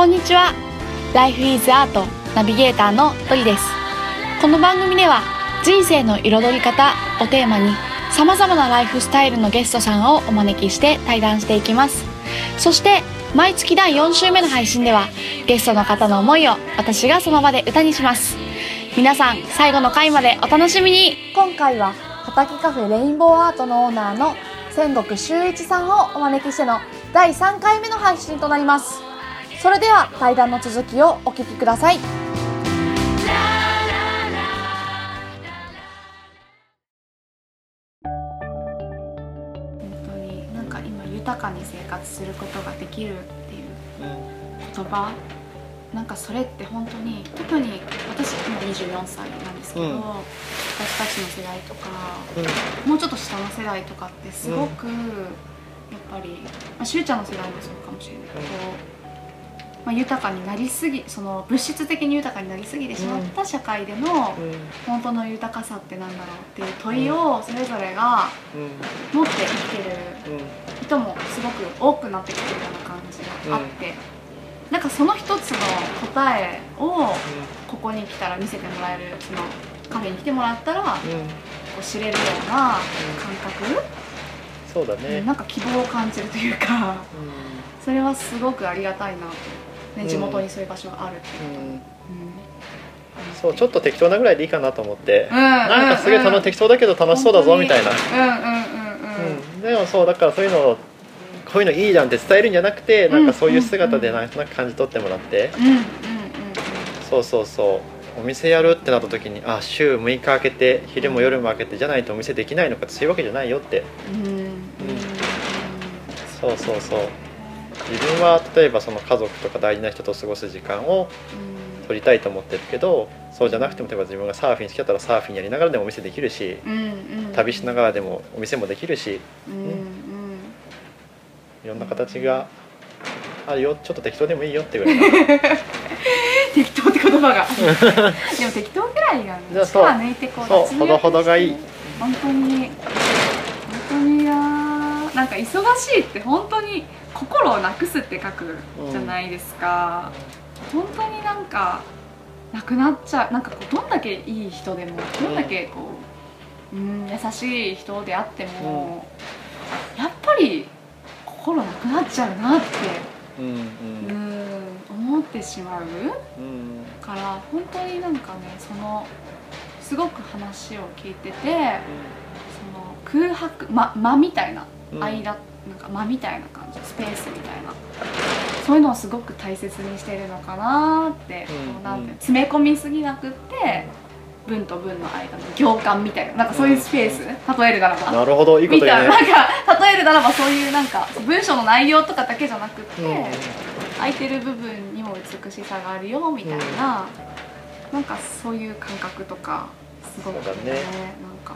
こんにちは。Life is Art ナビゲーターのドリです。この番組では人生の彩り方をテーマに様々なライフスタイルのゲストさんをお招きして対談していきます。そして毎月第4週目の配信ではゲストの方の思いを私がその場で歌にします。皆さん最後の回までお楽しみに。今回は畑カフェレインボーアートのオーナーの千石修一さんをお招きしての第3回目の配信となります。それでは対談の続きをお聞きください。本当になんか今豊かに生活することができるっていう言葉、なんかそれって本当に特に私今24歳なんですけど、私たちの世代とか、もうちょっと下の世代とかってすごくやっぱり、しゅうちゃんの世代もそうかもしれないけど、豊かになりすぎ、その物質的に豊かになりすぎてしまった社会での本当の豊かさってなんだろうっていう問いをそれぞれが持って生きてる人もすごく多くなってきてるような感じがあって、なんかその一つの答えをここに来たら見せてもらえる、そのカフェに来てもらったらこう知れるような感覚、 そうだね、 なんか希望を感じるというか、それはすごくありがたいなと、ね、地元にそういう場所があるっていうこと、 そうちょっと適当なぐらいでいいかなと思って、なんかすげえ適当だけど楽しそうだぞみたいな、でもそうだからそういうのをこういうのいいじゃんって伝えるんじゃなくて、なんかそういう姿でなんとなく感じ取ってもらって、そうそうそう、お店やるってなった時に、週6日空けて昼も夜も空けてじゃないとお店できないのかってそういうわけじゃないよって、そうそうそう、自分は例えばその家族とか大事な人と過ごす時間を取りたいと思ってるけど、そうじゃなくても例えば自分がサーフィン好きだったらサーフィンやりながらでもお店できるし、旅しながらでもお店もできるし、いろんな形があるよ、ちょっと適当でもいいよってぐらい適当って言葉がでも適当ぐらいがね、力抜いてこう、 そうほどほどがいい。 本当になんか忙しいって本当に心をなくすって書くじゃないですか、本当になんかなくなっちゃう。なんかこうどんだけいい人でもどんだけこう、優しい人であっても、やっぱり心なくなっちゃうなって思ってしまうから、本当になんかね、そのすごく話を聞いてて、その空白、間みたいな間、なんか間みたいな感じ、スペースみたいな、そういうのをすごく大切にしてるのかなって、なんて詰め込みすぎなくって文と文の間の行間みたいな、なんかそういうスペース、例えるならば、 なるほど、いいこと言うね。 なんか例えるならばそういうなんか文章の内容とかだけじゃなくって、空いてる部分にも美しさがあるよみたいな、なんかそういう感覚とかすごくね、なんか、話を聞い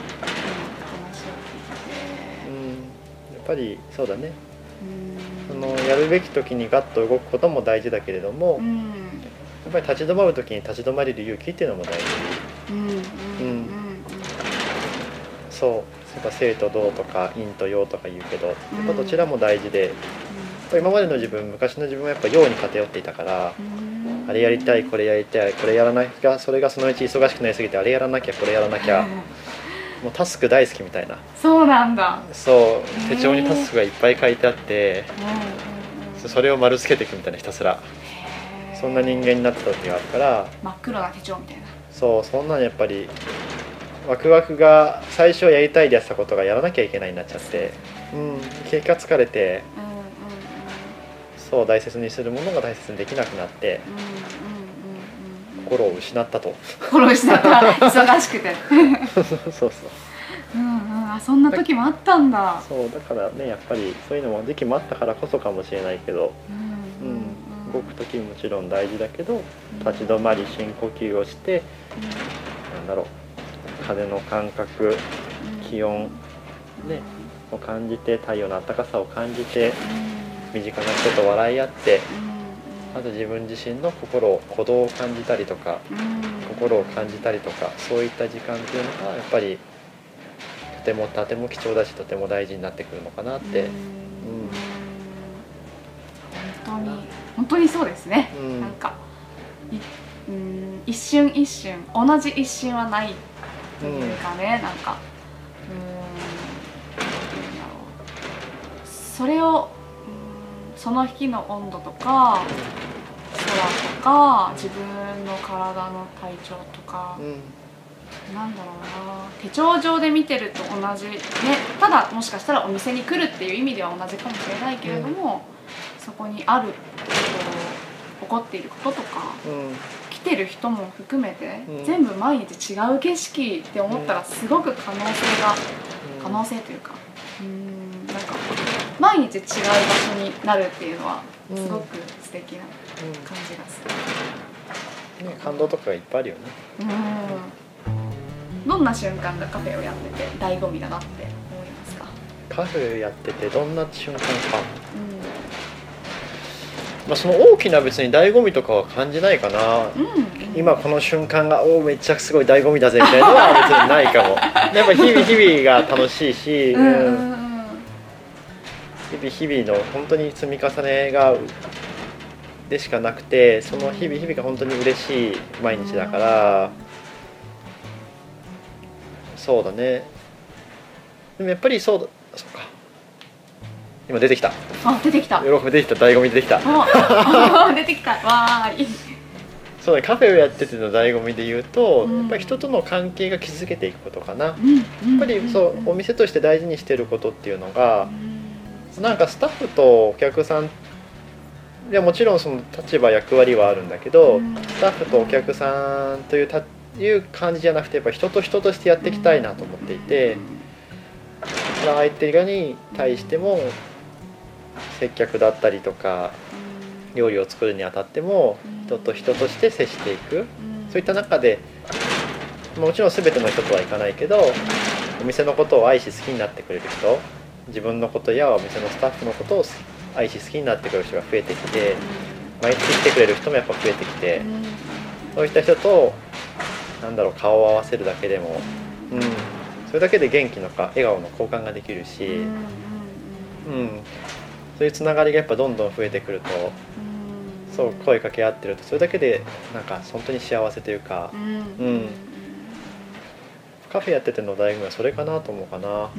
て、 やっぱりそうだね、そのやるべき時にガッと動くことも大事だけれども、やっぱり立ち止まる時に立ち止まれる勇気っていうのも大事。そう、生と動とか陰と陽とか言うけど、やっぱどちらも大事で、今までの自分、昔の自分はやっぱ陽に偏っていたから、あれやりたい、これやりたい、これやらなきゃ、それがそのうち忙しくなりすぎて、あれやらなきゃ、これやらなきゃ、もうタスク大好きみたいな。 そうなんだ。 そう、手帳にタスクがいっぱい書いてあって、それを丸つけていくみたいな、ひたすら。そんな人間になってた時があるから、 真っ黒な手帳みたいな。 そう、そんなのやっぱりワクワクが最初やりたいでやってたことがやらなきゃいけないになっちゃって、結果疲れて、そう大切にするものが大切にできなくなって、心を失ったと。 心を失った、忙しくてそうそう、 そんな時もあったんだ。 そうだからね、やっぱりそういうのも時期もあったからこそかもしれないけど、動く時もちろん大事だけど、立ち止まり深呼吸をして、なんだろう、風の感覚、気温、ね、を感じて、太陽の暖かさを感じて、身近な人と笑い合って、あと自分自身の鼓動を感じたりとか、心を感じたりとか、そういった時間っていうのがやっぱりとても貴重だし、とても大事になってくるのかなって。 本当にそうですね、なんか一瞬一瞬同じ一瞬はないというかね、なんかそれをその日の温度とか空とか自分の体の体調とか、なんだろうな、手帳上で見てると同じね、ただもしかしたらお店に来るっていう意味では同じかもしれないけれども、そこにある起こっていることとか、来てる人も含めて、全部毎日違う景色って思ったらすごく可能性というか、なんか毎日違う場所になるっていうのはすごく素敵な感じがする、 感動とかがいっぱいあるよね。 どんな瞬間がカフェをやってて醍醐味だなって思いますか？ カフェやっててどんな瞬間か、その大きな別に醍醐味とかは感じないかな、今この瞬間がめっちゃすごい醍醐味だぜみたいなのは別にないかも。やっぱ日々が楽しいし、日々の本当に積み重ねがでしかなくて、その日々が本当に嬉しい毎日だから、そうだね。でもやっぱりそうか、今出てきた、 出てきた、 喜び出てきた、醍醐味出てきた出てきた、わーい。 そうね、カフェをやってての醍醐味で言うと、やっぱり人との関係が築けていくことかな。やっぱりそうお店として大事にしてることっていうのが、なんかスタッフとお客さん、いやもちろんその立場役割はあるんだけど、スタッフとお客さんという感じじゃなくて、やっぱ人と人としてやっていきたいなと思っていて、相手に対しても接客だったりとか料理を作るにあたっても人と人として接していく、そういった中でもちろん全ての人とはいかないけど、お店のことを愛し好きになってくれる人、自分のことやお店のスタッフのことを愛し好きになってくれる人が増えてきて、毎日来てくれる人もやっぱ増えてきて、そういった人と顔を合わせるだけでも、それだけで元気のか笑顔の交換ができるし、そういうつながりがやっぱどんどん増えてくると、そう声かけ合ってると、それだけでなんか本当に幸せというか、カフェやってての醍醐味はそれかなと思うかな。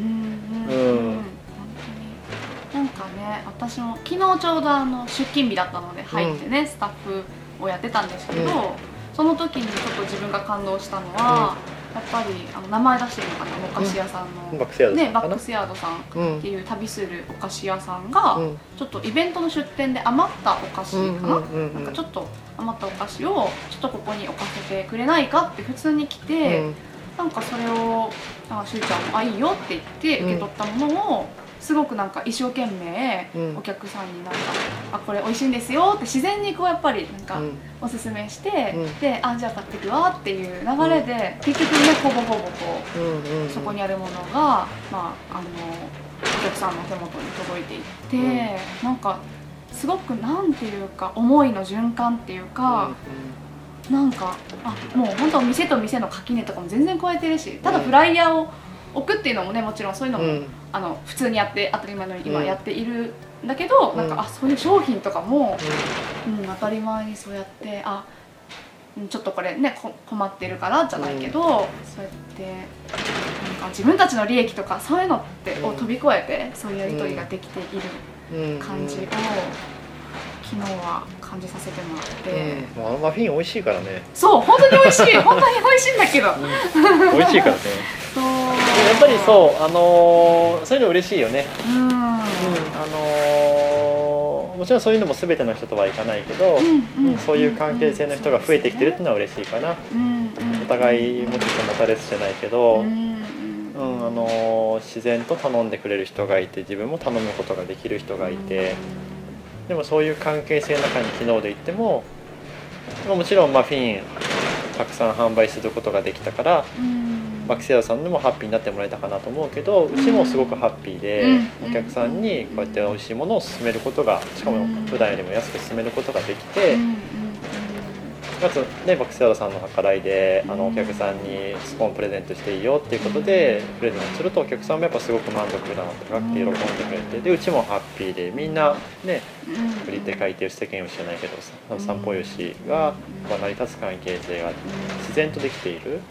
なんかね、私も昨日ちょうど出勤日だったので入ってね、スタッフをやってたんですけど、その時にちょっと自分が感動したのは、やっぱり名前出してるのかな、お菓子屋さんの、バックスヤードさんっていう旅するお菓子屋さんが、ちょっとイベントの出店で余ったお菓子かな、なんかちょっと余ったお菓子をちょっとここに置かせてくれないかって普通に来て、なんかそれをしゅうちゃんもいいよって言って受け取ったものを、すごくなんか一生懸命お客さんになんか、これ美味しいんですよって自然にこうやっぱりなんかおすすめして、でじゃあ買ってくわっていう流れで、結局ねほぼこう、そこにあるものが、お客さんの手元に届いていって、なんかすごくなんていうか思いの循環っていうか、なんかもう本当店と店の垣根とかも全然超えてるし、ただフライヤーを置くっていうのもね、もちろんそういうのも、普通にやって当たり前のように今やっているんだけど、なんかそういう商品とかも、当たり前にそうやってちょっとこれね困ってるからじゃないけど、そうやってなんか自分たちの利益とかそういうのを飛び越えてそういうやり取りができている感じを昨日は感じさせてもらって、 マフィン美味しいからね。 そう本当に美味しい本当に美味しいんだけど、 美味しいからね。そうやっぱりそういうの嬉しいよね。もちろんそういうのも全ての人とはいかないけど、そういう関係性の人が増えてきてるっていうのは嬉しいかな。お互いもちろん持たれずじゃないけど、自然と頼んでくれる人がいて、自分も頼むことができる人がいて、でもそういう関係性の中に昨日で言っても、もちろんマフィンたくさん販売することができたから、バックスヤードさんでもハッピーになってもらえたかなと思うけど、うちもすごくハッピーで、お客さんにこうやって美味しいものを勧めることが、しかも普段よりも安く勧めることができて、 あとね、バックスヤードさんの計らいでお客さんにスコーンプレゼントしていいよっていうことでプレゼントすると、お客さんもやっぱすごく満足度が高くて喜んでくれて、でうちもハッピーで、みんなね、振り手書いてる世間を知らないけど散歩よしが成り立つ関係性が自然とできている、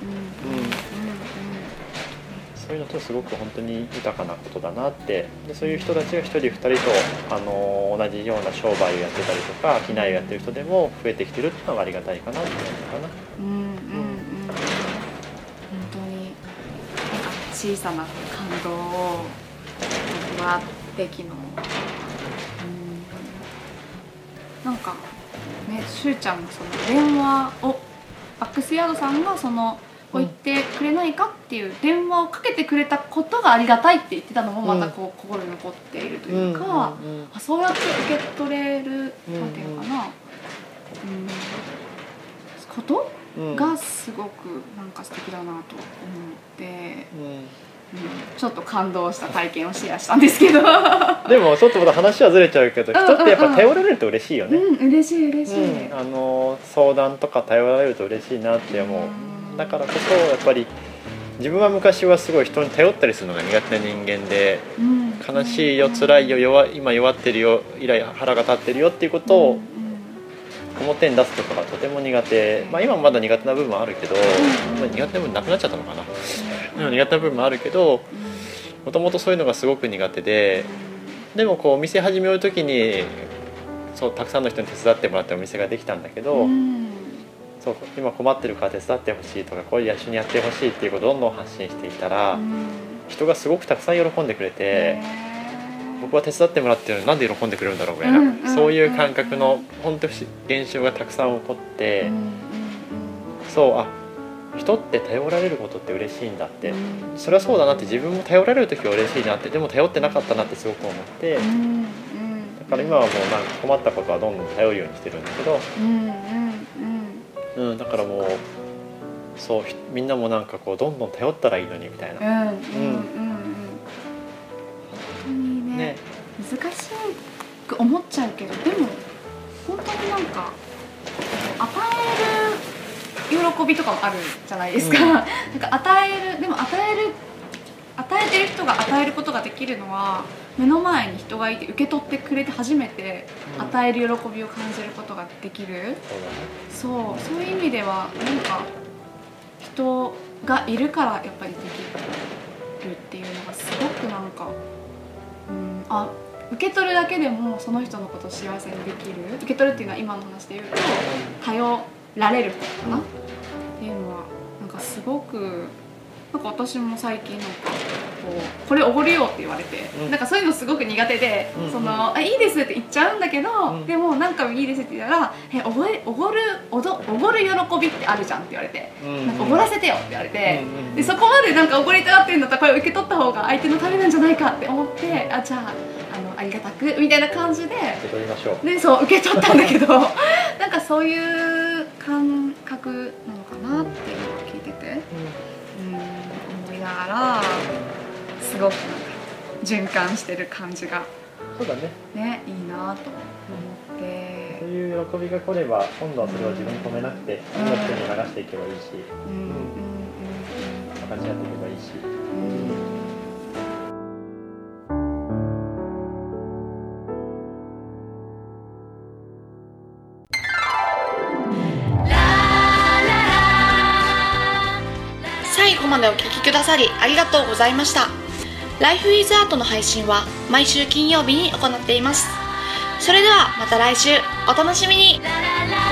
そういうのとすごく本当に豊かなことだなって。でそういう人たちが1人2人と同じような商売をやってたりとか商いをやってる人でも増えてきてるっていうのがありがたいかなって思うかな。 本当になんか小さな感動をもらって昨日、なんかね、しゅうちゃんがその電話をバックスヤードさんがその置いてくれないかっていう電話をかけてくれたことがありがたいって言ってたのもまたこう心に残っているというか、そうやって受け取れる、なんていうのかな、ことがすごくなんか素敵だなと思って、ちょっと感動した体験をシェアしたんですけどでもちょっとまた話はずれちゃうけど、人ってやっぱ頼られると嬉しいよね。 嬉しい嬉しい、 相談とか頼られると嬉しいなって思う。だからこそやっぱり自分は昔はすごい人に頼ったりするのが苦手な人間で、悲しいよ辛いよ今弱ってるよ以来腹が立ってるよっていうことを表に出すことがとても苦手、今もまだ苦手な部分はあるけど、苦手な部分なくなっちゃったのかな、苦手な部分もあるけど、もともとそういうのがすごく苦手で、でもこうお店始める時にそうたくさんの人に手伝ってもらってお店ができたんだけど、そう今困ってるから手伝ってほしいとか、これ一緒にやってほしいっていうことをどんどん発信していったら、人がすごくたくさん喜んでくれて、僕は手伝ってもらってるのになんで喜んでくれるんだろうみたいな、そういう感覚の本当に現象がたくさん起こって、人って頼られることって嬉しいんだって、それはそうだなって、自分も頼られる時は嬉しいなって、でも頼ってなかったなってすごく思って、だから今はもうなんか困ったことはどんどん頼るようにしてるんだけど、だからもうそうみんなもなんかこうどんどん頼ったらいいのにみたいな、本当にね難しく思っちゃうけど、でも本当になんか与える喜びとかもあるじゃないですか、なんか与えてる人が与えることができるのは、目の前に人がいて受け取ってくれて初めて与える喜びを感じることができる、そういう意味ではなんか人がいるからやっぱりできるっていうのがすごくなんか、受け取るだけでもその人のことを幸せにできる、受け取るっていうのは今の話で言うと頼られることかな、っていうのはなんかすごくなんか私も最近なんかこれおごるよって言われて、なんかそういうのすごく苦手で、いいですって言っちゃうんだけど、でもなんかいいですって言ったらおごる喜びってあるじゃんって言われて、なんかおごらせてよって言われて、でそこまでなんかおごりたがってるんだったらこれ受け取った方が相手のためなんじゃないかって思って、じゃあありがたくみたいな感じで受け取りましょう。 でそう受け取ったんだけどなんかそういう感覚なのかなっていうのを聞いてて、思いながらすごくなんか循環してる感じがそうだね、 いいなと思って、 そういう喜びが来れば今度はそれを自分に止めなくて次の人に流していけばいいし、分かち合っていけばいいし、 最後までお聞きくださりありがとうございました。Life with Art の配信は毎週金曜日に行っています。それではまた来週お楽しみに。